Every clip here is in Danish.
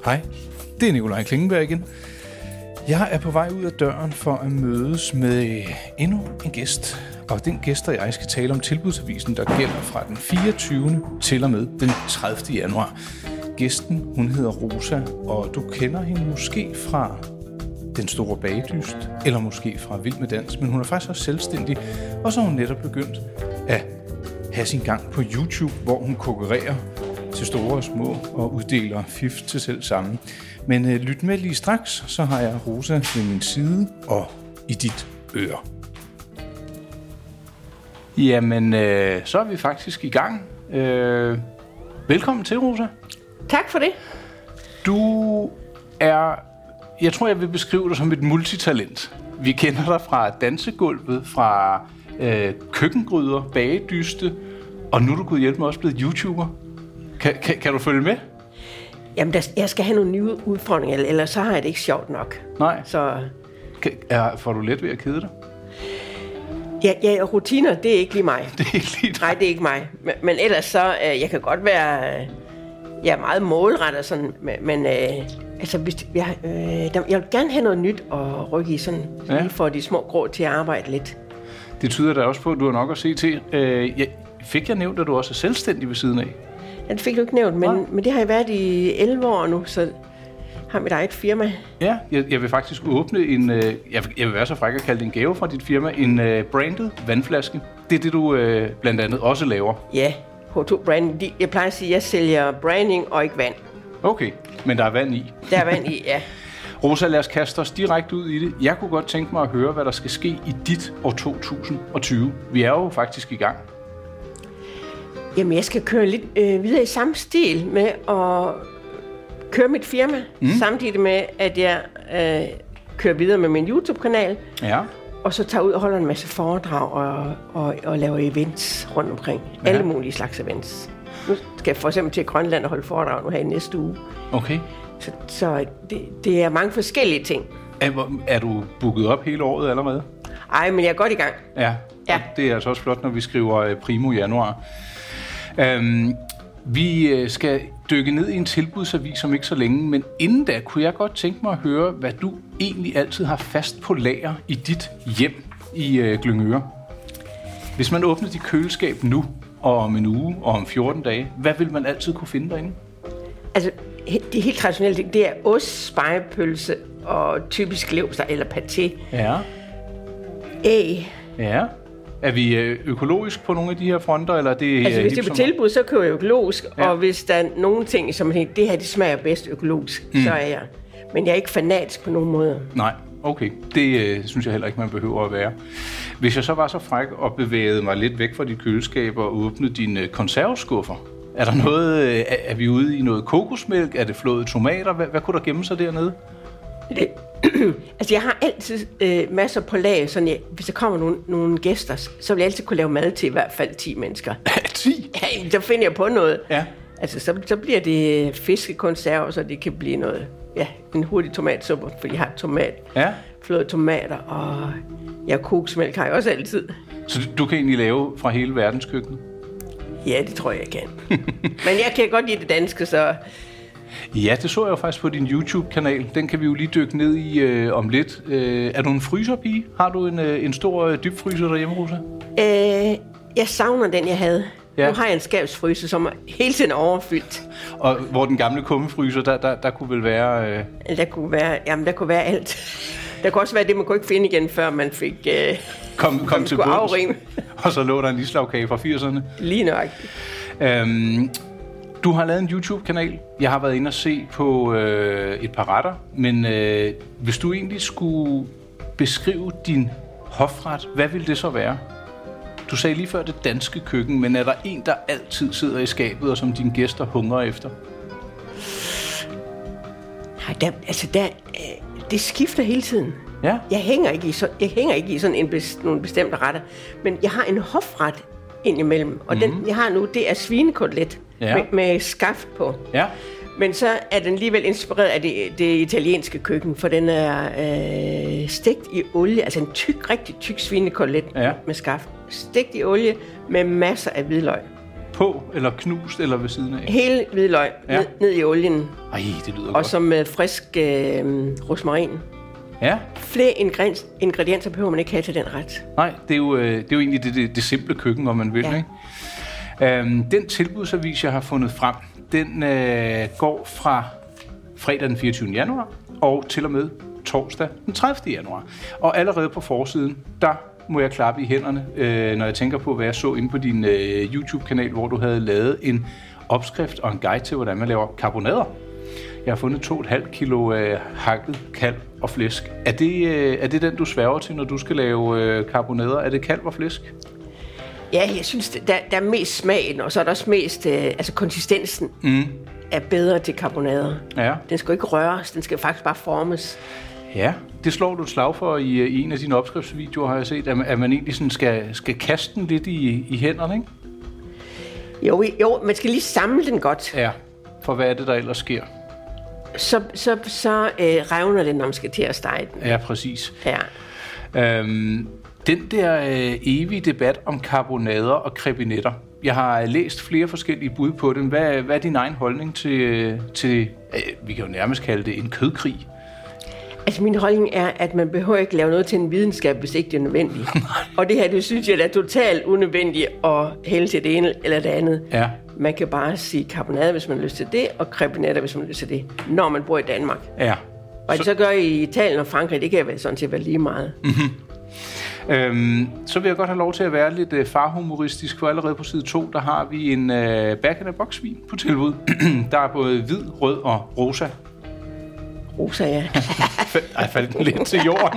Hej, det er Nikolaj Klingenberg igen. Jeg er på vej ud af døren for at mødes med endnu en gæst. Og den gæst og jeg skal tale om tilbudsavisen, der gælder fra den 24. til og med den 30. januar. Gæsten, hun hedder Rosa, og du kender hende måske fra Den Store Bagedyst, eller måske fra Vild med Dans, men hun er faktisk også selvstændig, og så har hun netop begyndt at have sin gang på YouTube, hvor hun konkurrerer til store og små og uddeler fif til selv sammen. Men lyt med lige straks, så har jeg Rosa ved min side og i dit øre. Jamen, så er vi faktisk i gang. Velkommen til, Rosa. Tak for det. Du er, jeg tror, jeg vil beskrive dig som et multitalent. Vi kender dig fra dansegulvet, fra køkkengryder, bagedyste, og nu er du gået hjælpe mig også blevet YouTuber. Kan du følge med? Jamen, jeg skal have nogle nye udfordringer, ellers så har jeg det ikke sjovt nok. Nej. Så Får du let ved at kede dig? Ja, rutiner, det er ikke lige mig. Det er ikke lige dig. Nej, det er ikke mig. Men ellers så, jeg kan godt være, jeg er meget målrettet sådan, men altså, hvis jeg vil gerne have noget nyt og rykke i sådan, så lige for de små grå til at arbejde lidt. Det tyder da også på, at du har nok at se til. Fik jeg nævnt, at du også er selvstændig ved siden af? Ja, det fik du ikke nævnt, men det har jeg været i 11 år nu, så har mit eget firma. Ja, jeg vil faktisk åbne en, jeg vil være så fræk at kalde det en gave fra dit firma, en branded vandflaske. Det er det, du blandt andet også laver. Ja, H2 Branding. Jeg plejer at sige, at jeg sælger branding og ikke vand. Okay, men der er vand i. Der er vand i, ja. Rosa, lad os kaste os direkte ud i det. Jeg kunne godt tænke mig at høre, hvad der skal ske i dit år 2020. Vi er jo faktisk i gang. Jamen, jeg skal køre lidt videre i samme stil med at køre mit firma, samtidig med, at jeg kører videre med min YouTube-kanal. Ja. Og så tager ud og holder en masse foredrag og laver events rundt omkring. Ja. Alle mulige slags events. Nu skal jeg for eksempel til Grønland og holde foredrag nu her i næste uge. Okay. Så det er mange forskellige ting. Er du booket op hele året allerede? Ej, men jeg er godt i gang. Ja. Det er altså også flot, når vi skriver primo januar. Vi skal dykke ned i en tilbudsavis om ikke så længe, men inden da kunne jeg godt tænke mig at høre, hvad du egentlig altid har fast på lager i dit hjem i Glyngøre. Hvis man åbner dit køleskab nu, og om en uge, og om 14 dage, hvad vil man altid kunne finde derinde? Altså, det helt traditionelle, det er ost, spegepølse og typisk leverpostej eller paté. Ja. Æg. Ja. Er vi økologisk på nogle af de her fronter, eller det? Altså, hvis det er på tilbud, så køber jeg økologisk, og hvis der er nogle ting, som det her, det smager bedst økologisk, så er jeg. Men jeg er ikke fanatisk på nogen måde. Nej, okay. Det synes jeg heller ikke, man behøver at være. Hvis jeg så var så fræk og bevægede mig lidt væk fra dit køleskab og åbnede dine konserveskuffer, er der noget, er vi ude i noget kokosmælk? Er det flåede tomater? Hvad kunne der gemme sig dernede? Altså, jeg har altid masser på lag, sådan hvis der kommer nogle gæster, så vil jeg altid kunne lave mad til i hvert fald 10 mennesker. 10? Ja, så finder jeg på noget. Ja. Altså, så bliver det fiskekonserver, så det kan blive noget, en hurtig tomatsuppe, for jeg har flåede tomater, og kokosmælk har jeg også altid. Så du kan egentlig lave fra hele verdenskøkkenet? Ja, det tror jeg kan. Men jeg kan godt lide det danske, så... Ja, det så jeg jo faktisk på din YouTube-kanal. Den kan vi jo lige dykke ned i om lidt. Er du en fryserpige? Har du en stor dybfryser derhjemme, Rosa? Jeg savner den, jeg havde. Ja. Nu har jeg en skabsfryser, som er hele tiden overfyldt. Og hvor den gamle kummefryser, der kunne vel være... Der kunne være alt. Der kunne også være det, man kunne ikke finde igen, før man fik... kom til bunds. Og så lå der en islagkage fra 80'erne. Lige nøjagtigt. Du har lavet en YouTube-kanal. Jeg har været inde og se på et par retter, men hvis du egentlig skulle beskrive din hofret, hvad ville det så være? Du sagde lige før det danske køkken, men er der en, der altid sidder i skabet, og som dine gæster hungrer efter? Nej, det skifter hele tiden. Ja? Jeg hænger ikke i sådan nogle bestemte retter, men jeg har en hofret indimellem, og den, jeg har nu, det er svinekotelet med skaft på. Ja. Men så er den alligevel inspireret af det italienske køkken, for den er stegt i olie, altså en rigtig tyk svinekotelet med skaft. Stegt i olie med masser af hvidløg. på, eller knust, eller ved siden af? Hele hvidløg ned i olien. Ej, det lyder og godt. så med frisk rosmarin. Ja. Flere ingredienser behøver man ikke have til den ret. Nej, det er jo egentlig det simple køkken, hvor man vil. Ja. Ikke? Den tilbudsavis, jeg har fundet frem, den går fra fredag den 24. januar og til og med torsdag den 30. januar. Og allerede på forsiden, der må jeg klappe i hænderne, når jeg tænker på, hvad jeg så inde på din YouTube-kanal, hvor du havde lavet en opskrift og en guide til, hvordan man laver karbonader. Jeg har fundet 2,5 kilo hakket kalv og flæsk. Er det den, du sværger til, når du skal lave karbonader? Er det kalv og flæsk? Ja, jeg synes, der er mest smagen, og så er der også mest konsistensen er bedre til karbonader. Ja. Den skal ikke røres, den skal faktisk bare formes. Ja, det slår du et slag for i en af dine opskriftsvideoer, har jeg set, at man egentlig sådan skal kaste den lidt i hænderne, ikke? Jo, man skal lige samle den godt. Ja, for hvad er det, der ellers sker? Så revner den, når man skal til at stege den. Ja, præcis. Ja. Den der evige debat om karbonader og krebinetter. Jeg har læst flere forskellige bud på dem. Hvad er din egen holdning til vi kan jo nærmest kalde det en kødkrig? Altså min holdning er, at man behøver ikke lave noget til en videnskab, hvis ikke det er nødvendigt. Og det her, det synes jeg, er totalt unødvendigt at hælde til det ene eller det andet. Ja. Man kan bare sige karbonade, hvis man har lyst til det, og krebinetter, hvis man har lyst til det, når man bor i Danmark. Ja. Og det så gør i Italien og Frankrig, det kan vel sådan set være lige meget. Mm-hmm. Så vil jeg godt have lov til at være lidt farhumoristisk, for allerede på side 2, der har vi en back-in-a-box-vin på tilbud. Der er både hvid, rød og rosa. Rosa, ja. Jeg faldt den lidt til jorden.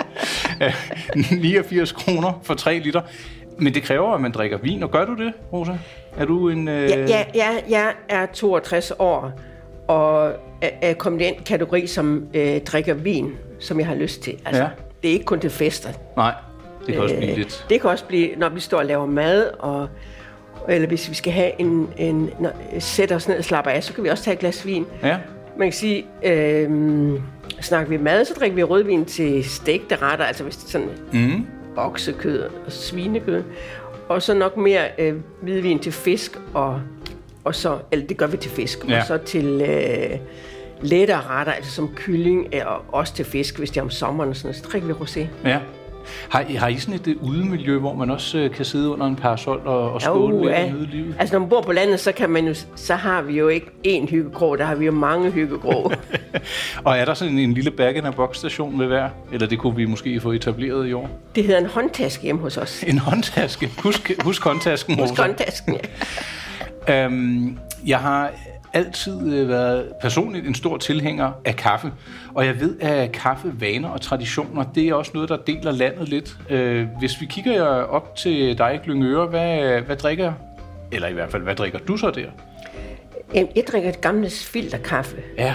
89 kroner for 3 liter. Men det kræver, at man drikker vin, og gør du det, Rosa? Er du en... Ja, jeg er 62 år, og er kommet i en kategori, som drikker vin, som jeg har lyst til. Altså, ja. Det er ikke kun til fester. Nej, det kan også blive lidt... Det kan også blive, når vi står og laver mad, eller hvis vi skal have sætte os ned og slappe af, så kan vi også tage et glas vin. Ja. Man kan sige, snakker vi mad, så drikker vi rødvin til stegte retter, altså hvis det er sådan oksekød og svinekød, og så nok mere hvidvin til fisk, og så, eller det gør vi til fisk, og så til lettere retter, altså som kylling, og også til fisk, hvis det er om sommeren, og sådan, så drikker vi rosé. Ja. Har I sådan et udemiljø, hvor man også kan sidde under en parasol og skåle lidt og nyde livet? Altså når man bor på landet, så har vi jo ikke én hyggekrog, der har vi jo mange hyggekrog. Og er der sådan en lille back-in-a-box-station ved hver? Eller det kunne vi måske få etableret i år? Det hedder en håndtaske hjemme hos os. En håndtaske? Husk håndtasken, Rosa. Husk håndtasken, ja. Jeg har altid været personligt en stor tilhænger af kaffe, og jeg ved, at kaffevaner og traditioner, det er også noget, der deler landet lidt. Hvis vi kigger op til dig, Glyngøre, hvad drikker jeg? Eller i hvert fald, hvad drikker du så der? Jeg drikker et gammelt filterkaffe. Ja.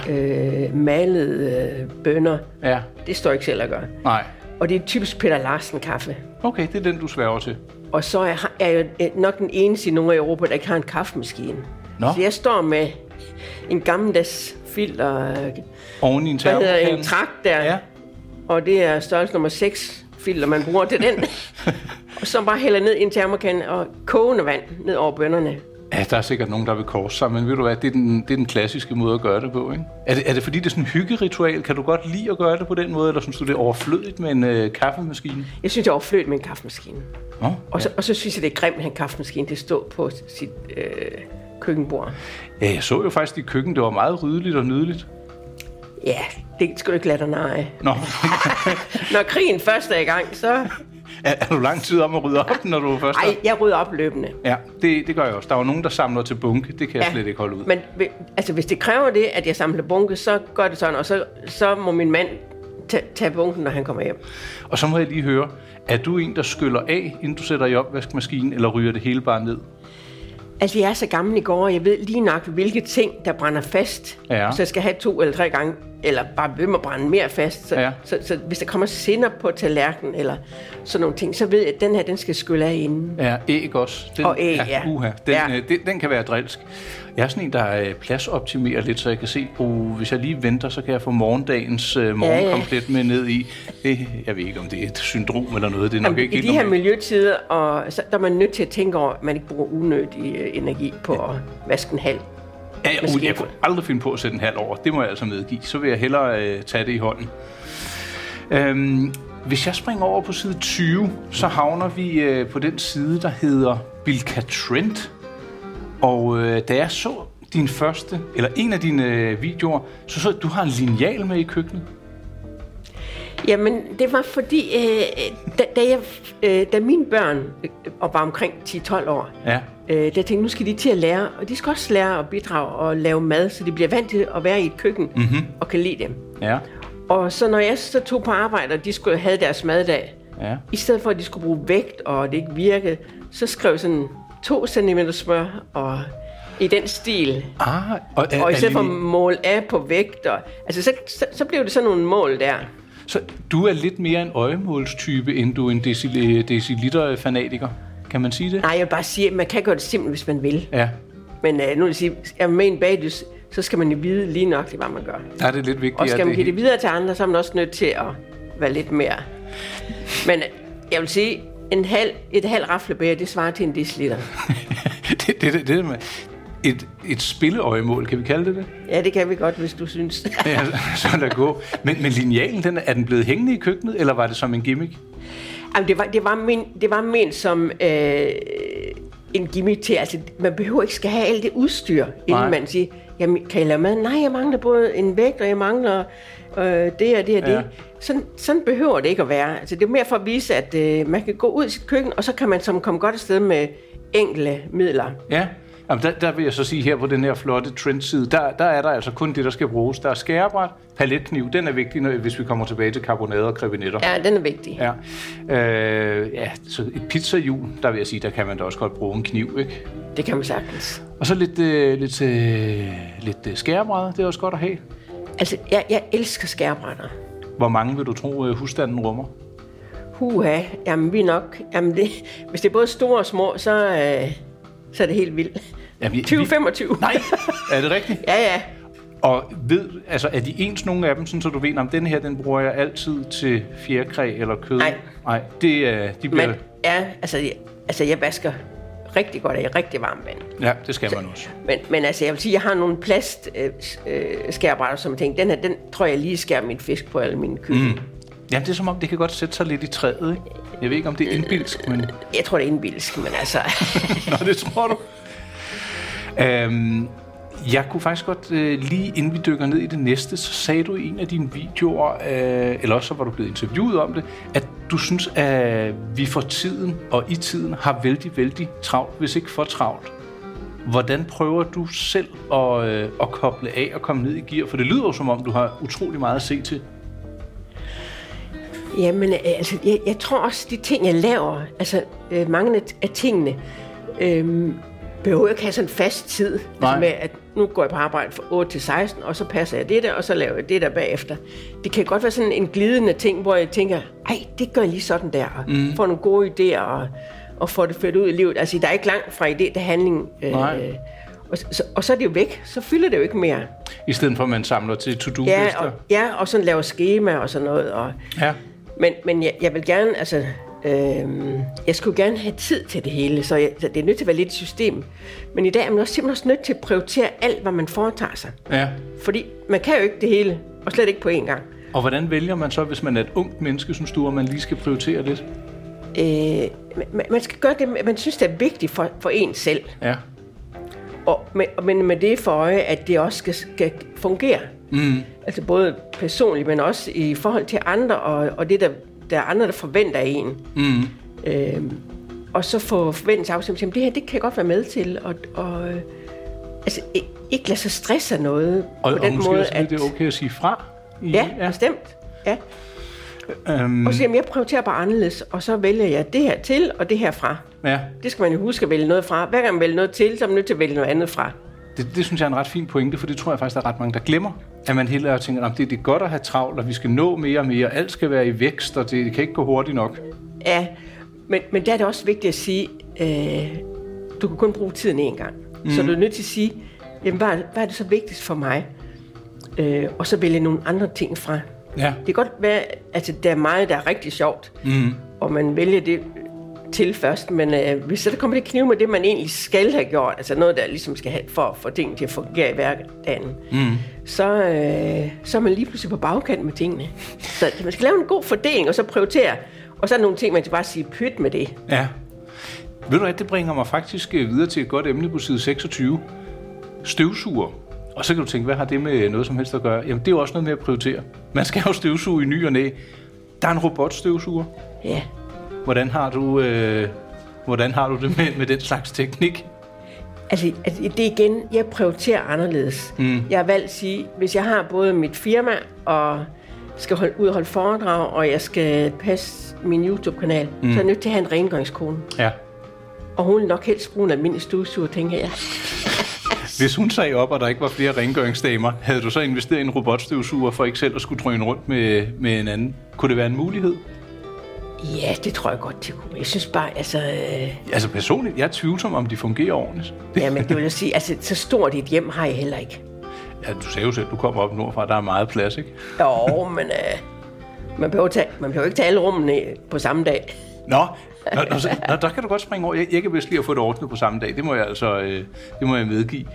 Malede bønner. Ja. Det står ikke selv at gøre. Nej. Og det er typisk Peter Larsen kaffe. Okay, det er den, du sværger til. Og så er jeg nok den eneste i nogle af Europa, der ikke har en kaffemaskine. Nå. Så jeg står med en gammeldags filter. Oven i en termokan. En trakt der. Ja. Og det er størrelse nummer 6 filter, man bruger til den. Og så bare hælder ned i en termokan og kogende vand ned over bønnerne. Ja, der er sikkert nogen, der vil korse sig, men ved du hvad, det er den klassiske måde at gøre det på, ikke? Er det fordi, det er sådan en hyggeritual? Kan du godt lide at gøre det på den måde, eller synes du, det er overflødigt med en kaffemaskine? Jeg synes, det er overflødigt med en kaffemaskine. Og så synes jeg, det er grimt at have en kaffemaskine til at stå på sit køkkenbord. Ja, jeg så jo faktisk i køkken, det var meget ryddeligt og nydeligt. Ja, det skal du ikke lade dig nej. Når krigen først er i gang, så... Er du lang tid om at rydde op, når du først... Nej, jeg rydder op løbende. Ja, det gør jeg også. Der er jo nogen, der samler til bunke. Det kan jeg slet ikke holde ud. Men altså, hvis det kræver det, at jeg samler bunke, så gør det sådan, og så må min mand tage bunken, når han kommer hjem. Og så må jeg lige høre, er du en, der skyller af, inden du sætter i opvaskemaskinen, eller ryger det hele bare ned? Altså, jeg er så gammel i går, og jeg ved lige nok, hvilke ting, der brænder fast. Ja. Så jeg skal have 2 eller 3 gange eller bare ved med at brænde mere fast. Så hvis der kommer sennep på tallerkenen, eller sådan nogle ting, så ved jeg, at den her, den skal skylle af inden. Ja, æg også. Og æg, ja. Den kan være drilsk. Jeg er sådan en, der pladsoptimerer lidt, så jeg kan se, hvis jeg lige venter, så kan jeg få morgendagens morgenkomplet med ned i. Jeg ved ikke, om det er et syndrom eller noget. Det er nok ikke helt i de her miljøtider, og så, der er man nødt til at tænke over, at man ikke bruger unødig energi på at vaske en halv. Ja, jeg kunne aldrig finde på at sætte en halv over. Det må jeg altså medgive. Så vil jeg hellere tage det i hånden. Hvis jeg springer over på side 20, så havner vi på den side, der hedder Bilka Trend. Og da jeg så din første, eller en af dine videoer, så du har en lineal med i køkkenet. Jamen, det var fordi, da mine børn var omkring 10-12 år, der tænkte nu skal de til at lære, og de skal også lære at bidrage og lave mad, så de bliver vant til at være i et køkken og kan lide dem. Ja. Og så når jeg så tog på arbejde, og de skulle have deres maddag, i stedet for at de skulle bruge vægt, og det ikke virkede, så skrev jeg sådan 2 cm smør, og i den stil. Og i stedet for at måle af på vægt, og, altså så blev det sådan nogle mål der. Så du er lidt mere en øjemålstype, end du er en deciliter-fanatiker. Kan man sige det? Nej, jeg vil bare sige, at man kan gøre det simpelt, hvis man vil. Ja. Men nu vil jeg sige, er man med en bagdys, så skal man jo vide lige nok det, hvad man gør. Der er det lidt vigtigt. Og skal man give det videre til andre, så er man også nødt til at være lidt mere. Men jeg vil sige, et halvt raflebæger, det svarer til en deciliter. det med et spilleøjemål, kan vi kalde det? Ja, det kan vi godt, hvis du synes. Ja, så lad gå. Men linealen, er den blevet hængende i køkkenet, eller var det som en gimmick? Jamen, det var ment som en gimmick til, altså man behøver ikke skal have alt det udstyr, inden man siger, jamen, kan jeg lave mad? Nej, jeg mangler både en vægt, og jeg mangler det og det og det. Sådan behøver det ikke at være. Altså, det er mere for at vise, at man kan gå ud i sit køkken, og så kan man komme godt afsted med enkle midler. Ja. Jamen, der vil jeg så sige, her på den her flotte trendside, der er der altså kun det, der skal bruges. Der er skærebræt, paletkniv, den er vigtig, hvis vi kommer tilbage til karbonade og krebinetter. Ja, den er vigtig. Ja. Så et pizzahjul, der vil jeg sige, der kan man da også godt bruge en kniv, ikke? Det kan man sagtens. Og så lidt skærebrædder, det er også godt at have. Altså, jeg elsker skærebrædder. Hvor mange vil du tro, husstanden rummer? Jamen vi nok. Jamen hvis det er både store og små, så er det helt vildt. 20-25. Nej, er det rigtigt? Ja. Og er de ens nogle af dem, sådan, så du ved, om den her, den bruger jeg altid til fjerkræ eller kød? Nej, de bliver... jeg vasker rigtig godt af rigtig varmt vand. Ja, det skal man også. Men altså, jeg vil sige, jeg har nogle plast skærebrætter, som jeg tænker, den tror jeg lige skærer min fisk på alle mine køkken. Ja, det er som om, det kan godt sætte sig lidt i træet, ikke? Jeg ved ikke, om det er indbilsk, men... Jeg tror, det er indbilsk, men altså... Nå, det tror du. Jeg kunne faktisk godt, lige inden vi dykker ned i det næste, så sagde du i en af dine videoer, eller også så var du blevet interviewet om det, at du synes, at vi for tiden og i tiden har vældig, vældig travlt, hvis ikke for travlt. Hvordan prøver du selv at koble af og komme ned i gear? For det lyder jo, som om du har utrolig meget at se til. Jamen, altså, jeg tror også, de ting, jeg laver, altså mange af tingene, behøver ikke have sådan en fast tid. Altså med, at nu går jeg på arbejde fra 8 til 16, og så passer jeg det der, og så laver jeg det der bagefter. Det kan godt være sådan en glidende ting, hvor jeg tænker, det gør jeg lige sådan der, og får nogle gode idéer, og får det ført ud i livet. Altså, der er ikke langt fra idé til handling. Og så er det jo væk. Så fylder det jo ikke mere. I stedet for, at man samler til to-do-lister? Og sådan laver skema og sådan noget. Men jeg vil gerne, altså... jeg skulle gerne have tid til det hele, så det er nødt til at være lidt et system. Men i dag er man også simpelthen nødt til at prioritere alt, hvad man foretager sig. Ja. Fordi man kan jo ikke det hele, og slet ikke på én gang. Og hvordan vælger man så, hvis man er et ungt menneske, synes du, at man lige skal prioritere lidt? Man skal gøre det, man synes, det er vigtigt for en selv. Ja. Men med det for øje, at det også skal fungere. Altså både personligt, men også i forhold til andre, og det, der er andre, der forventer af en. Og så få forventningsafstemning, at det her, det kan jeg godt være med til. Og altså, ikke lade sig stresse af noget på den måde. Og måske også det er okay at sige fra? Ja, bestemt. Ja. Og så jamen, jeg prioriterer bare anderledes, og så vælger jeg det her til, og det her fra. Ja. Det skal man jo huske at vælge noget fra. Hver gang man vælger noget til, så er man nødt til at vælge noget andet fra. Det synes jeg er en ret fin pointe, for det tror jeg faktisk, der er ret mange, der glemmer. At man hellere tænker, at det er godt at have travlt, og vi skal nå mere og mere, alt skal være i vækst, og det kan ikke gå hurtigt nok. Ja, men der er det også vigtigt at sige, du kan kun bruge tiden én gang. Så du er nødt til at sige, jamen, hvad er det så vigtigst for mig? Og så vælge nogle andre ting fra. Ja. Det kan godt være, at der er meget, der er rigtig sjovt, og man vælger det til først, men hvis så der kommer det knive med det, man egentlig skal have gjort, altså noget, der ligesom skal have for at få tingene til at fungere i hverdagen, så er man lige pludselig på bagkant med tingene. Så man skal lave en god fordeling, og så prioritere, og så er der nogle ting, man kan bare sige pyt med det. Ja. Ved du hvad, det bringer mig faktisk videre til et godt emne på side 26. Støvsuger. Og så kan du tænke, hvad har det med noget som helst at gøre? Jamen, det er jo også noget med at prioritere. Man skal jo støvsuge i ny og næ. Der er en robotstøvsuger. Ja. Hvordan har du det med den slags teknik? Altså det igen, jeg prioriterer anderledes. Jeg har valgt at sige, hvis jeg har både mit firma, og skal ud og holde foredrag, og jeg skal passe min YouTube-kanal, så er jeg nødt til at have en rengøringskone. Ja. Og hun vil nok helst bruge en almindelig støvsuger, tænker jeg. Hvis hun sagde op, og der ikke var flere rengøringsdamer, havde du så investeret i en robotstøvsuger for ikke selv at skulle drøne rundt med en anden? Kunne det være en mulighed? Ja, det tror jeg godt, det kunne. Jeg synes bare, Altså personligt, jeg er tvivlsom, om de fungerer ordentligt. Jamen, det vil jeg sige, altså så stort et hjem har jeg heller ikke. Ja, du sagde jo selv, du kommer op nordfra, der er meget plads, ikke? Jo, men man behøver ikke tage alle rummene på samme dag. Nå, der kan du godt springe over. Jeg kan vist lige at få det ordnet på samme dag. Det må jeg medgive.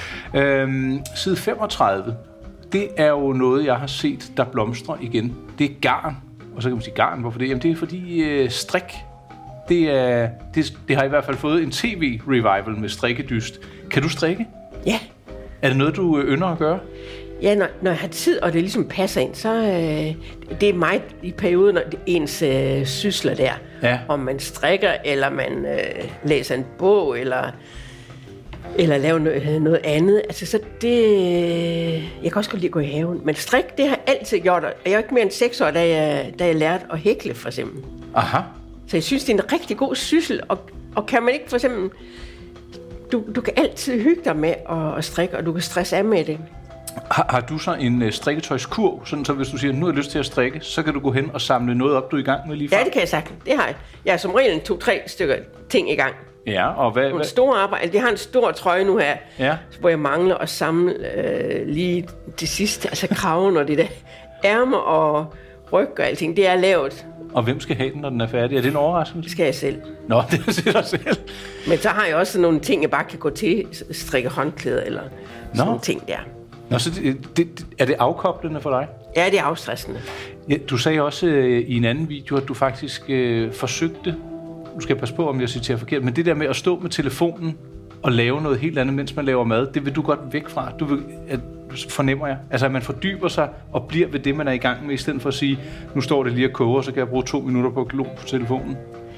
Side 35. Det er jo noget, jeg har set, der blomstrer igen. Det er garn. Og så kan man sige garn. Hvorfor det? Jamen, det er fordi strik. Det har i hvert fald fået en tv-revival med strikkedyst. Kan du strikke? Ja. Er det noget, du ynder at gøre? Ja, når jeg har tid, og det ligesom passer ind, så det er meget i perioden, når ens sysler der. Ja. Om man strikker, eller man læser en bog, eller lave noget andet. Altså, så det... Jeg kan også godt lide at gå i haven. Men strik, det har jeg altid gjort. Og jeg er ikke mere end 6 år, da jeg lærte at hækle, for eksempel. Aha. Så jeg synes, det er en rigtig god syssel. Og kan man ikke, for eksempel... Du kan altid hygge dig med at strikke, og du kan stresse af med det. Har du så en strikketøjskurv, sådan så hvis du siger, nu har jeg lyst til at strikke, så kan du gå hen og samle noget op, du er i gang med lige fra? Ja, det kan jeg sagtens. Det har jeg. Jeg har som regel 2-3 stykker ting i gang. Ja, og hvad? Nogle store arbejde. Jeg har en stor trøje nu her, hvor jeg mangler at samle lige det sidste, altså kraven og det der ærmer og ryg og alting. Det er lavet. Og hvem skal have den, når den er færdig? Er det en overraskelse? Det skal jeg selv. Nå, det er til dig selv. Men så har jeg også nogle ting, jeg bare kan gå til, strikke håndklæder eller sådan nogle ting der. Nå, så er det afkoblende for dig? Ja, det er afstressende. Ja, du sagde også i en anden video, at du faktisk forsøgte, nu skal jeg passe på, om jeg citerer forkert, men det der med at stå med telefonen og lave noget helt andet, mens man laver mad, det vil du godt væk fra. Fornemmer jeg. Altså, at man fordyber sig og bliver ved det, man er i gang med, i stedet for at sige, nu står det lige og koger, så kan jeg bruge 2 minutter på at glo på telefonen.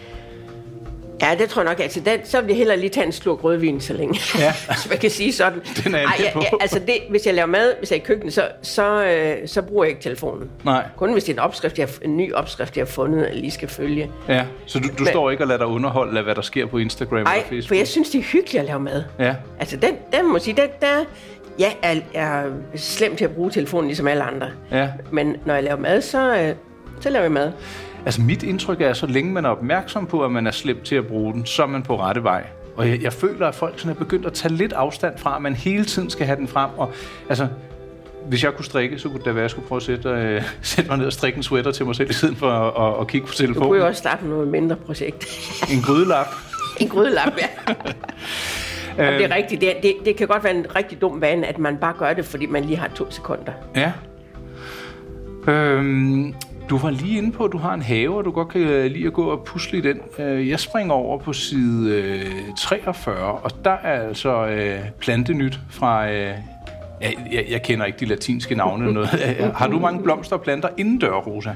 Ja, det tror jeg nok. Altså, så vil jeg hellere lige tage en slurk rødvin så længe. Ja. Altså, man kan sige sådan. Den er altså, hvis jeg laver mad, hvis jeg er i køkkenet, så bruger jeg ikke telefonen. Nej. Kun hvis det er en ny opskrift, jeg har fundet, og lige skal følge. Ja, så du står ikke og lader dig underholde af, hvad der sker på Instagram eller Facebook? Nej, for jeg synes, det er hyggeligt at lave mad. Ja. Altså, den må sige, jeg er slem til at bruge telefonen, ligesom alle andre. Ja. Men når jeg laver mad, så laver jeg mad. Altså mit indtryk er, at så længe man er opmærksom på, at man er slem til at bruge den, så er man på rette vej. Og jeg føler, at folk sådan er begyndt at tage lidt afstand fra, at man hele tiden skal have den frem. Og altså, hvis jeg kunne strikke, så kunne det være, at jeg skulle prøve at sætte mig ned og strikke en sweater til mig selv i stedet for at kigge på telefonen. Du kunne jo også starte noget mindre projekt. En grydelap. En grydelap, ja. Og det er rigtigt. Det kan godt være en rigtig dum vane, at man bare gør det, fordi man lige har 2 sekunder. Ja. Du var lige inde på, at du har en have, og du godt kan lide at gå og pusle i den. Jeg springer over på side 43, og der er altså plantenyt fra... Jeg kender ikke de latinske navne. Noget. Har du mange blomster og planter indendør, Rosa?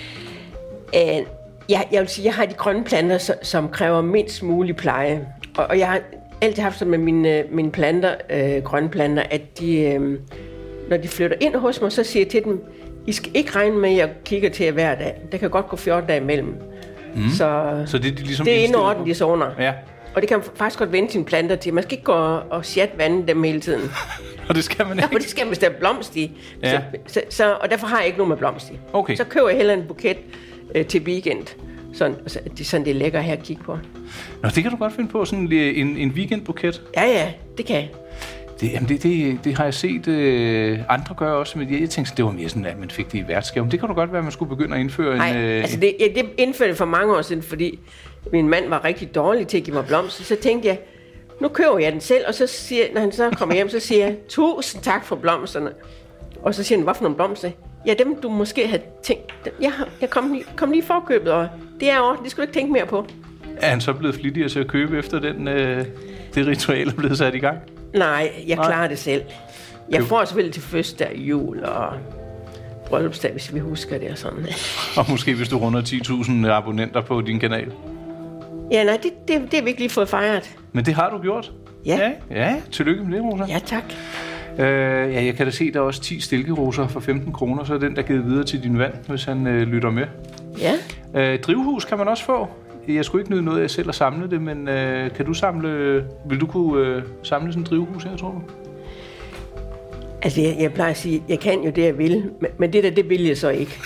Jeg vil sige, jeg har de grønne planter, som kræver mindst mulig pleje. Og jeg har altid haft sådan med mine planter, grønne planter, at de, når de flytter ind hos mig, så siger jeg til dem, I skal ikke regne med, at jeg kigger til jer hver dag. Der kan godt gå 14 dage imellem. Så det er, ligesom det er indordnet i zoner. Ja. Og det kan man faktisk godt vende sine planter til. Man skal ikke gå og vande dem hele tiden. Og det skal man ikke? Ja, det skal man, hvis der er blomst i. Ja. Og derfor har jeg ikke noget med blomst i. Okay. Så køber jeg hellere en buket til weekend. Sådan det er lækker her at kigge på. Nå, det kan du godt finde på, sådan en weekendbuket. Ja, det kan jeg. Det har jeg set andre gøre også, men jeg tænkte, det var mere sådan, at man fik det i værtsgave. Det kan du godt være, at man skulle begynde at indføre altså det indførte jeg for mange år siden, fordi min mand var rigtig dårlig til at give mig blomster. Så tænkte jeg, nu køber jeg den selv, og så siger, når han så kommer hjem, så siger jeg, 1000 tak for blomsterne. Og så siger han, hvad for nogle blomster? Ja, dem du måske havde tænkt. Jeg kom lige i forkøbet, og det er over. Det skal du ikke tænke mere på. Er han så blevet flittigere til at købe efter det ritual er blevet sat i gang? Nej, jeg klarer det selv. Jeg får selvfølgelig til fødselsdag, jul og bryllupsdag, hvis vi husker det og sådan. Og måske hvis du runder 10.000 abonnenter på din kanal. Ja, nej, det har vi ikke lige fået fejret. Men det har du gjort? Ja, tillykke med det, Rosa. Ja, tak. Jeg kan da se, der er også 10 stilkeroser for 15 kroner, så er den, der givet videre til din mand, hvis han lytter med. Ja. Drivhus kan man også få. Jeg skulle ikke nyde noget af selv at samle det, men vil du kunne samle sådan et drivhus her, tror du? Altså, jeg plejer at sige, jeg kan jo det, jeg vil, men det vil jeg så ikke.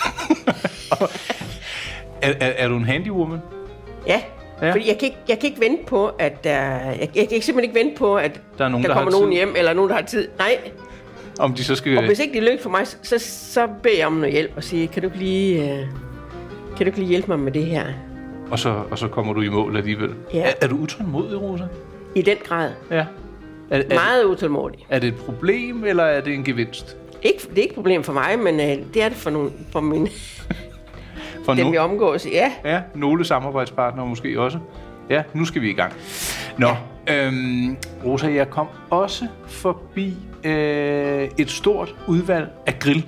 Er du en handywoman? Ja. Fordi jeg kan ikke vente på, at jeg kan simpelthen ikke vente på, at der kommer nogen hjem, eller nogen, der har tid. Nej. Om de så skal... Og hvis ikke det lykkes for mig, så beder jeg om noget hjælp og siger, kan du ikke lige hjælpe mig med det her? Og så kommer du i mål alligevel. Ja. Er du utålmodig, Rosa? I den grad. Ja. Meget utålmodig. Er det et problem, eller er det en gevinst? Det er ikke et problem for mig, men det er det for mine... For dem vi omgås, ja. Ja, nogle samarbejdspartnere måske også. Ja, nu skal vi i gang. Nå, Rosa, jeg kom også forbi et stort udvalg af grill.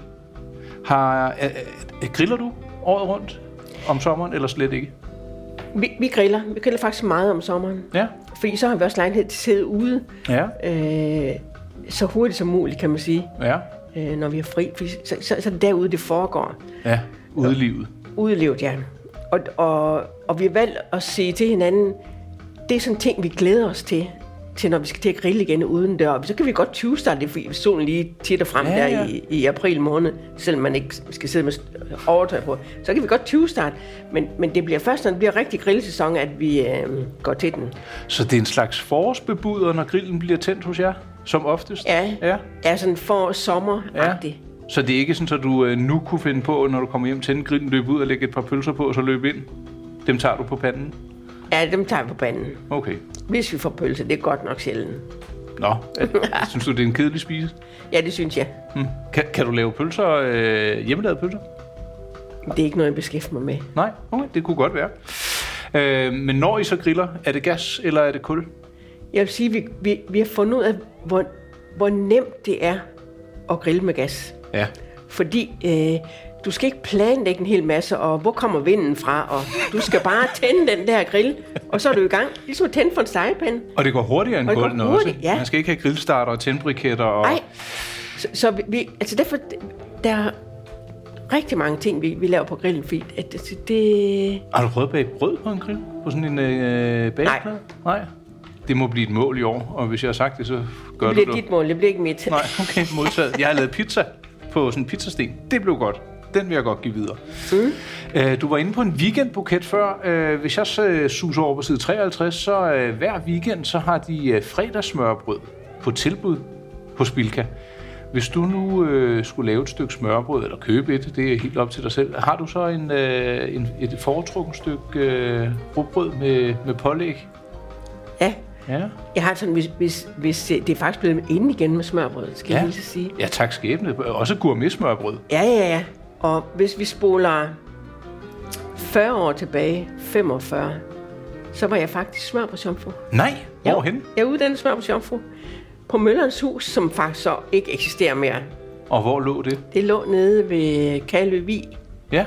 Griller du året rundt om sommeren, eller slet ikke? Vi griller. Vi griller faktisk meget om sommeren. Ja. Fordi så har vi også lejlighed til at sidde ude. Ja. Så hurtigt som muligt, kan man sige. Ja. Når vi er fri. Så er det derude, det foregår. Ja, udelivet. Udelivet, ja. Og vi har valgt at sige til hinanden, det er sådan en ting, vi glæder os til når vi skal til at grille igen uden dør. Så kan vi godt 20-starte det, fordi solen lige titter frem i april måned, selvom man ikke skal sidde med overtøj på. Så kan vi godt 20-starte, men det bliver først, når det bliver rigtig grillesæson, at vi går til den. Så det er en slags forårsbebuder, når grillen bliver tændt hos jer, som oftest? Ja, sådan sommer-agtigt. Ja. Så det er ikke sådan, at du nu kunne finde på, når du kommer hjem til grillen, løbe ud og lægge et par pølser på, og så løbe ind? Dem tager du på panden? Ja, dem tager vi på panden. Okay. Hvis vi får pølse, det er godt nok sjældent. Nå, synes du, det er en kedelig spise? Ja, det synes jeg. Kan du lave pølser, hjemmelavede pølser? Det er ikke noget, jeg beskæftiger mig med. Nej, okay, det kunne godt være. Men når I så griller, er det gas eller er det kul? Jeg vil sige, at vi har fundet ud af, hvor nemt det er at grille med gas. Ja. Fordi du skal ikke planlægge en hel masse, og hvor kommer vinden fra, og du skal bare tænde den der grill, og så er du i gang. Ligesom at tænde for en stegepande. Og det går hurtigere end gulden også. Ja. Man skal ikke have grillstarter og tændbriketter. Og... Nej, så altså derfor, der er rigtig mange ting, vi laver på grillen, fordi det... Har du prøvet at bage brød på en grill? På sådan en bageplade? Nej. Det må blive et mål i år, og hvis jeg har sagt det, så gør du det. Det bliver dit mål, det bliver ikke mit. Nej, okay, modtaget. Jeg har lavet pizza på sådan en pizzasten. Det blev godt. Den vil jeg godt give videre. Du var inde på en weekendbuket før. Hvis jeg suser over på side 53, så hver weekend så har de fredagssmørbrød på tilbud hos Bilka. Hvis du nu skulle lave et stykke smørbrød, eller købe et, det er helt op til dig selv. Har du så et foretrukket stykke rugbrød med pålæg? Ja. Jeg har sådan, hvis det er faktisk blevet inde igen med smørbrød, skal jeg lige sige. Ja, tak skæbne. Også gourmet-smørbrød. Ja. Og hvis vi spoler 40 år tilbage, 45, så var jeg faktisk smørbrødsjomfru. Nej, hvorhen? Jeg er uddannet smørbrødsjomfru på Møllerens Hus, som faktisk så ikke eksisterer mere. Og hvor lå det? Det lå nede ved Kalø Vig. Ja.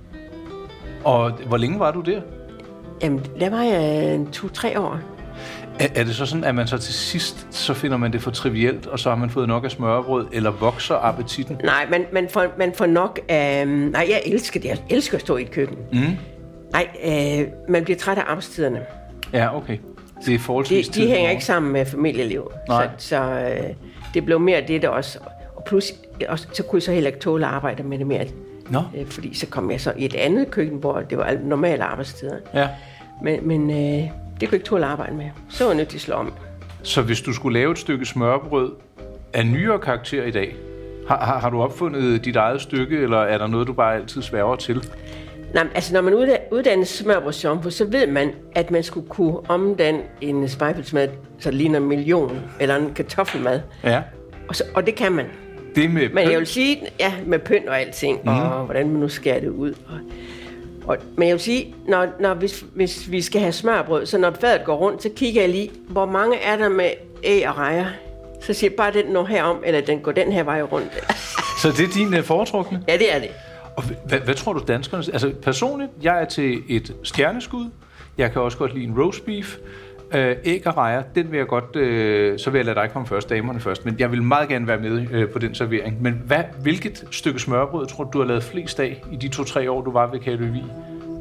Og hvor længe var du der? Jamen, der var jeg 2-3 år. Er det så sådan, at man så til sidst, så finder man det for trivielt, og så har man fået nok af smørbrød, eller vokser appetitten? Nej, man får nok af... Nej, jeg elsker det. Jeg elsker at stå i et køkken. Nej, man bliver træt af arbejdstiderne. Ja, okay. Det er forholdsvis de hænger ikke sammen med familieliv. Så det blev mere det der også. Og pludselig, så kunne jeg så heller ikke tåle at arbejde med det mere. Fordi så kom jeg så i et andet køkken, hvor det var normale arbejdstider. Ja. Men det kunne jeg ikke tåle at arbejde med. Så var jeg nødt til at slå om. Så hvis du skulle lave et stykke smørbrød af nyere karakter i dag, har du opfundet dit eget stykke, eller er der noget, du bare altid sværger til? Nej, altså når man uddanner smørbrødsjomfru, så ved man, at man skulle kunne omdanne en spejpelsmad, så det ligner en million, eller en kartoffelmad. Ja. Og det kan man. Det med men jeg vil sige, ja, med pynt og alting, og hvordan man nu skærer det ud. Men jeg vil sige, hvis vi skal have smørbrød, så når fadet går rundt, så kigger jeg lige, hvor mange er der med æg og rejer. Så siger jeg bare, den når herom, eller den går den her vej rundt. Så det er din foretrukne? Ja, det er det. Og hvad tror du danskerne... Altså personligt, jeg er til et stjerneskud. Jeg kan også godt lide en roast beef. Æg og rejer, den vil jeg godt... så vil jeg lade dig komme først, damerne først. Men jeg vil meget gerne være med på den servering. Men hvilket stykke smørbrød tror du har lavet flest af i de 2-3 år, du var ved Kalø Vig?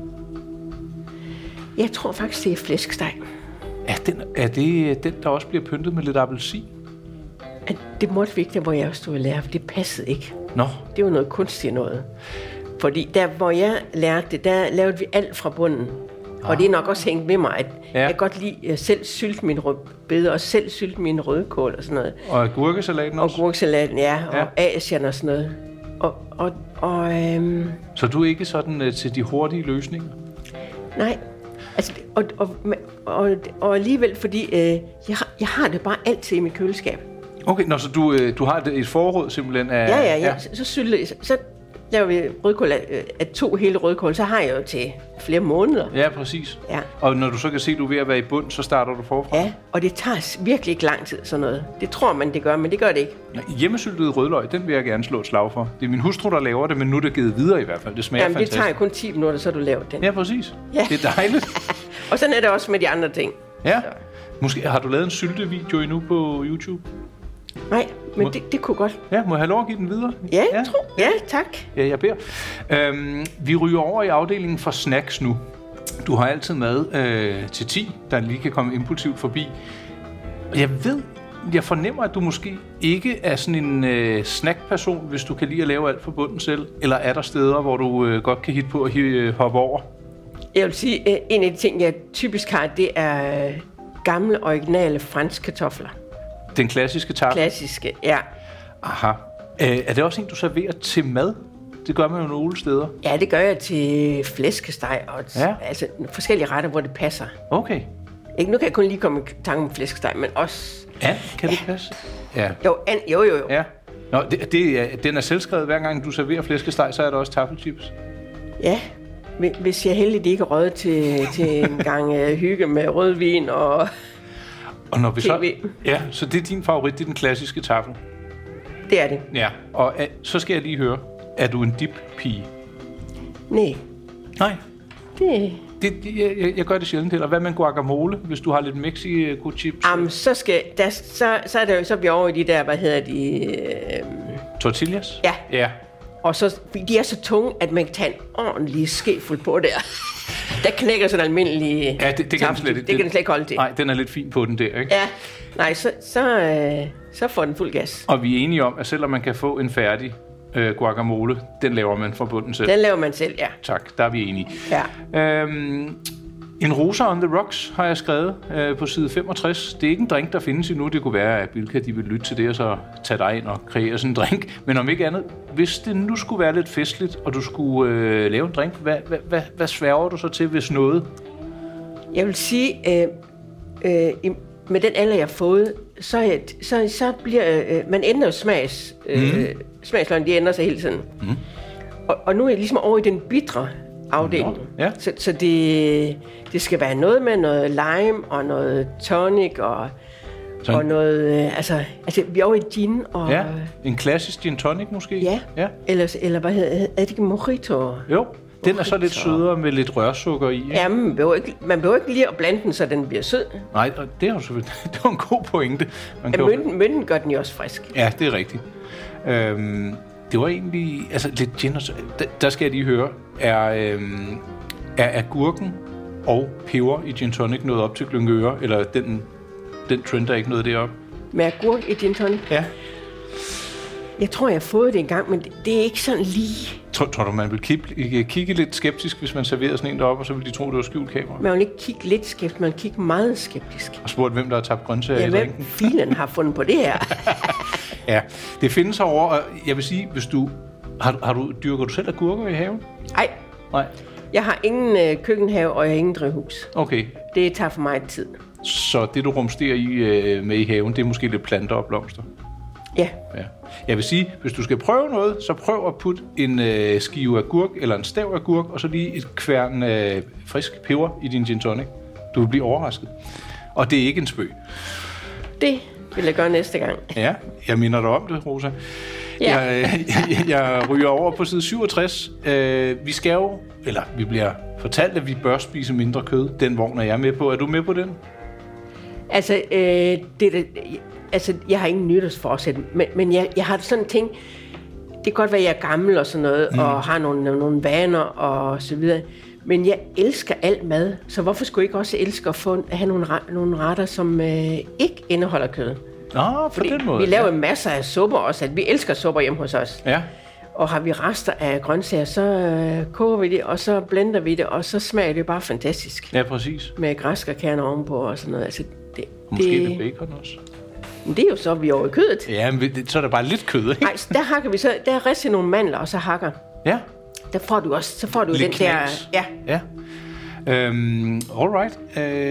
Jeg tror faktisk, det er flæskesteg. Er det den, der også bliver pyntet med lidt appelsin? Det måtte vi ikke, der hvor jeg stod og lærte, for det passede ikke. Nå. Det var noget kunstigt noget. Fordi der, hvor jeg lærte det, der lavede vi alt fra bunden. Og det er nok også hængt ved mig, at jeg godt lide selv sylte min rødbeder, og selv sylte min rødkål og sådan noget. Og agurkesalaten også? Og agurkesalaten, ja. Og Asien og sådan noget. Så du er ikke sådan til de hurtige løsninger? Nej. Altså, og alligevel, fordi jeg har det bare altid i mit køleskab. Okay, så du har et forråd simpelthen af... Ja. Så laver vi rødkål af 2 hele rødkål, så har jeg jo til flere måneder. Ja, præcis. Ja. Og når du så kan se, at du er ved at være i bund, så starter du forfra? Ja, og det tager virkelig ikke lang tid, sådan noget. Det tror man, det gør, men det gør det ikke. Hjemmesyltet rødløg, den vil jeg gerne slå et slag for. Det er min hustru, der laver det, men nu er det givet videre i hvert fald. Det smager fantastisk. Det tager kun 10 minutter, så du laver den. Ja, præcis. Ja. Det er dejligt. Og sådan er det også med de andre ting. Ja. Måske har du lavet en syltevideo endnu på YouTube? Nej, men det kunne godt. Ja, må jeg have lov at give den videre? Ja, ja, tak. Ja, jeg beder. Vi ryger over i afdelingen for snacks nu. Du har altid mad til 10, der lige kan komme impulsivt forbi. Jeg fornemmer, at du måske ikke er sådan en snackperson, hvis du kan lide at lave alt fra bunden selv. Eller er der steder, hvor du godt kan hitte på at hoppe over? Jeg vil sige, en af de ting, jeg typisk har, det er gamle, originale franske kartofler. Den klassiske taffel? Klassiske, ja. Aha. Er det også en, du serverer til mad? Det gør man jo nogle steder. Ja, det gør jeg til flæskesteg og altså forskellige retter, hvor det passer. Okay. Ikke, nu kan jeg kun lige komme i tanke om flæskesteg, men også... Ja, kan det passe? Ja. Jo. Ja. Nå, den er selvskrevet, hver gang du serverer flæskesteg, så er der også taffelchips. Ja, hvis jeg heldig ikke er røget til en gang hygge med rødvin og når vi så, så det er din favorit, det er den klassiske taffel. Det er det. Ja, og så skal jeg lige høre, er du en dip-pige? Nej. Jeg gør det sjældent. Eller hvad med en guacamole, hvis du har lidt Mexico-chips? Så er det jo, så er vi over i de der, hvad hedder de? Tortillas? Ja. Og så, de er så tunge, at man kan tage en ordentlig skefuld på der. Der knækker sådan en almindelig... Ja, det kan den slet ikke holde til. Nej, den er lidt fin på den der, ikke? Ja, nej, så får den fuld gas. Og vi er enige om, at selvom man kan få en færdig guacamole, den laver man fra bunden selv. Den laver man selv, ja. Tak, der er vi enige. Ja. En rosa on the rocks har jeg skrevet på side 65. Det er ikke en drink, der findes endnu. Det kunne være, at Bilka de vil lytte til det og så tage dig ind og kreere sådan en drink. Men om ikke andet, hvis det nu skulle være lidt festligt, og du skulle lave en drink, hvad sværger du så til, hvis noget? Jeg vil sige, med den alder, jeg har fået, så bliver... man ændrer jo smagsløgn, de ændrer sig hele tiden. Mm. Og nu er jeg ligesom over i den bitre afdeling. Ja. Så det skal være noget med noget lime og noget tonic og noget... Altså, vi er over i gin og... Ja, en klassisk gin tonic måske? Ja. Eller hvad hedder det? Er det ikke mojito? Jo. Den er så lidt sødere med lidt rørsukker i. Ikke? Ja, man behøver ikke lige at blande den, så den bliver sød. Nej, det er jo selvfølgelig det var en god pointe. Mønten gør den jo også frisk. Ja, det er rigtigt. Det var egentlig lidt gin og der skal jeg lige høre, er agurken og peber i gin tonic nåede op til Glyngøre, eller den trend, der ikke nåede derop? Med agurk i gin tonic? Ja. Jeg tror, jeg har fået det engang, men det er ikke sådan lige... Tror du, man vil kigge lidt skeptisk, hvis man serverede sådan en deroppe, og så ville de tro, det var skjult kamera? Man vil ikke kigge lidt skeptisk, man vil kigge meget skeptisk. Og spurgt, hvem der har tabt grøntsager i drinken? Hvem filen har fundet på det her? Ja, det findes herovre, og jeg vil sige, hvis du... Dyrker du selv agurker i haven? Nej. Jeg har ingen køkkenhave, og jeg har ingen drivhus. Okay. Det tager for mig tid. Så det, du rumsterer med i haven, det er måske lidt planter og blomster? Ja. Jeg vil sige, hvis du skal prøve noget, så prøv at putte en skive agurk, eller en stav agurk, og så lige et kværn frisk peber i din gin tonic. Du vil blive overrasket. Og det er ikke en spøg. Det vil jeg gøre næste gang. Ja, jeg minder dig om det, Rosa. Ja. Jeg ryger over på side 67. Vi skal jo, eller vi bliver fortalt, at vi bør spise mindre kød. Den vogn er jeg med på. Er du med på den? Altså, jeg har ingen nytårsforsæt, men jeg har sådan tænkt, det kan godt være, at jeg er gammel og sådan noget, og har nogle vaner og så videre, men jeg elsker alt mad, så hvorfor skulle jeg ikke også elske at have nogle retter, som ikke indeholder kød? På den måde. Vi laver masser af supper også, at vi elsker supper hjemme hos os. Ja. Og har vi rester af grøntsager, så koger vi det, og så blender vi det, og så smager det bare fantastisk. Ja, præcis. Med græskarkerner ovenpå og sådan noget. Altså, måske lidt bacon også. Men det er jo så, vi er over i kødet. Ja, men så er der bare lidt kød, ikke? Nej, der hakker vi så, der rister nogle mandler, og så hakker. Ja. Der får du også, så får du lidt den knas. der... Ja. Alright.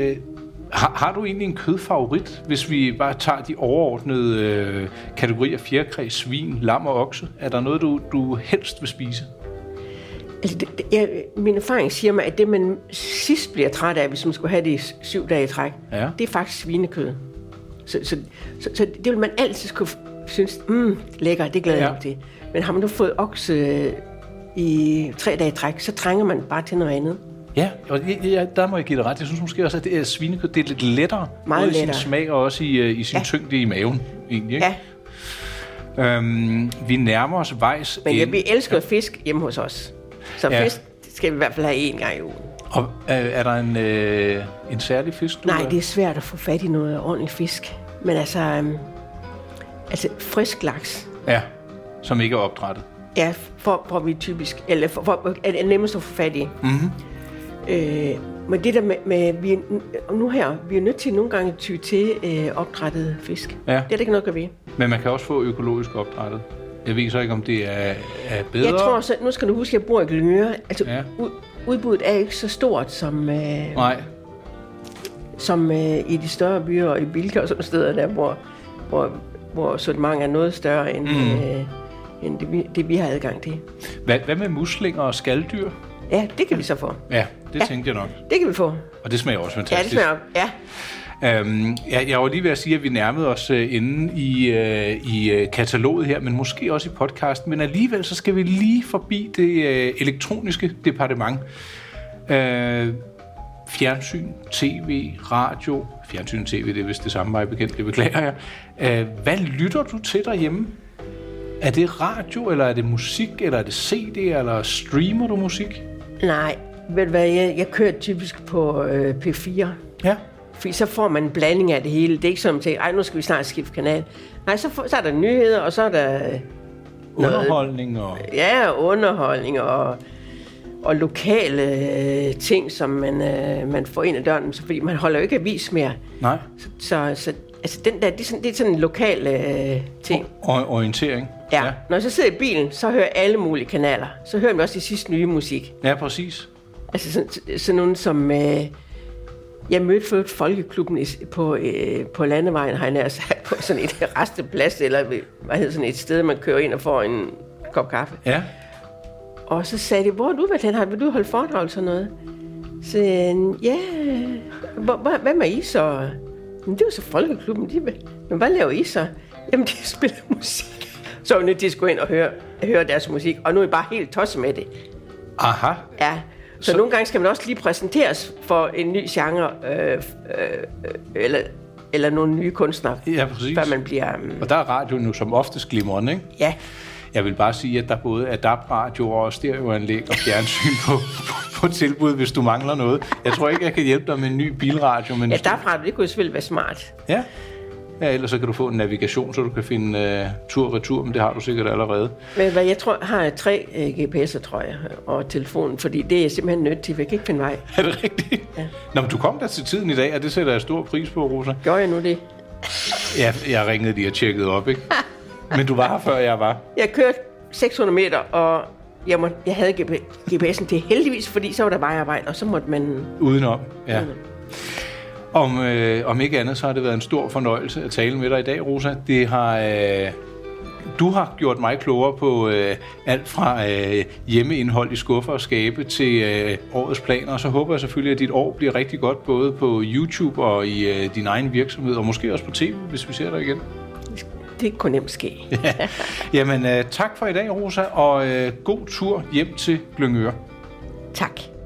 Har du egentlig en kødfavorit, hvis vi bare tager de overordnede kategorier, fjerkræ, svin, lam og okse? Er der noget, du helst vil spise? Altså, min erfaring siger mig, at det, man sidst bliver træt af, hvis man skulle have det i 7 dage i træk, det er faktisk svinekød. Så det vil man altid skulle synes, lækker, det glæder jeg mig til. Men har man nu fået okse i 3 dage i træk, så trænger man bare til noget andet. Ja, og der må jeg give dig ret. Jeg synes måske også, at det er svinekød, det er lidt lettere. Meget lettere. I sin smag og også i sin tyngde i maven, egentlig, ikke? Ja. Vi nærmer os vejs. Men vi elsker fisk hjemme hos os. Så fisk skal vi i hvert fald have 1 gang i ugen. Og er der en særlig fisk, du... Nej, det er svært at få fat i noget ordentligt fisk. Men altså frisk laks. Ja, som ikke er opdrættet. Ja, for vi typisk, eller for er det nemmest at få fat i. Mm-hmm. Men det der med vi er nødt til nogle gange at ty til opdrættet fisk. Ja. Det er der ikke noget at ved. Men man kan også få økologisk opdrættet. Jeg ved så ikke, om det er bedre. Jeg tror så, nu skal du huske, at jeg bor i Glyngøre. Altså, udbuddet er ikke så stort som... som i de større byer og i Bilka og sådan steder, der hvor sortiment er noget større end det vi har adgang til. Hvad med muslinger og skaldyr? Ja, det kan vi så få. Ja, det tænkte jeg nok. Det kan vi få. Og det smager også fantastisk. Ja, det smager jeg var lige ved at sige, at vi nærmede os inde i kataloget her, men måske også i podcasten. Men alligevel så skal vi lige forbi det elektroniske departement. Fjernsyn, tv, radio. Fjernsyn og tv, det er vist det samme mig bekendt, det beklager jeg. Hvad lytter du til derhjemme? Er det radio, eller er det musik, eller er det CD, eller streamer du musik? Nej, ved du hvad, jeg kører typisk på P4. Ja. Fordi så får man en blanding af det hele. Det er ikke som at nu skal vi snart skifte kanal. Nej, så er der nyheder, og så er der... Underholdning og... Ja, underholdning og lokale ting, som man får ind ad døren. Fordi man holder jo ikke avis mere. Nej. Så altså den der, det er sådan en lokal ting. Orientering. Ja. Når jeg så sidder i bilen, så hører jeg alle mulige kanaler. Så hører man også de sidste nye musik. Ja, præcis. Altså sådan nogen som... jeg mødte først Folkeklubben på Landevejen, har jeg nær sagt, på sådan et resteplads, eller hvad hedder sådan et sted, man kører ind og får en kop kaffe. Ja. Og så sagde de, hvor er du været hen? Vil du holde foredrag sådan noget? Så ja, hvem er I så? Men det var så Folkeklubben. Men hvad laver I så? Jamen, de spiller musik. Så er vi nødt til at gå ind og høre deres musik, og nu er I bare helt tosset med det. Aha. Ja. Så nogle gange skal man også lige præsenteres for en ny genre, eller nogle nye kunstnere, før man bliver... Og der er radioen jo som oftest glimrende, ikke? Ja. Jeg vil bare sige, at der både er DAB-radio og stereoanlæg og fjernsyn få tilbud, hvis du mangler noget. Jeg tror ikke, jeg kan hjælpe dig med en ny bilradio. Men ja, derfra, det kunne selvfølgelig være smart. Ja. Ja, ellers så kan du få en navigation, så du kan finde tur-retur, men det har du sikkert allerede. Men hvad jeg tror, har jeg 3 GPS'er, tror jeg, og telefonen, fordi det er simpelthen nødt til, for jeg kan ikke finde vej. Er det rigtigt? Ja. Nå, men du kom der til tiden i dag, og det sætter jeg stor pris på, Rosa. Gjorde jeg nu det? Ja, jeg ringede lige og tjekkede op, ikke? Men du var her, før jeg var. Jeg kørte 600 meter, og jeg havde GPS'en til heldigvis, fordi så var der vejarbejde, og så måtte man... Udenom, ja. Om ikke andet, så har det været en stor fornøjelse at tale med dig i dag, Rosa. Det har, du har gjort mig klogere på alt fra hjemmeindhold i skuffer og skabe til årets planer, og så håber jeg selvfølgelig, at dit år bliver rigtig godt, både på YouTube og i din egen virksomhed, og måske også på TV, hvis vi ser dig igen. Det kunne nemt ske. Ja. Jamen, tak for i dag, Rosa, og god tur hjem til Glyngøre. Tak.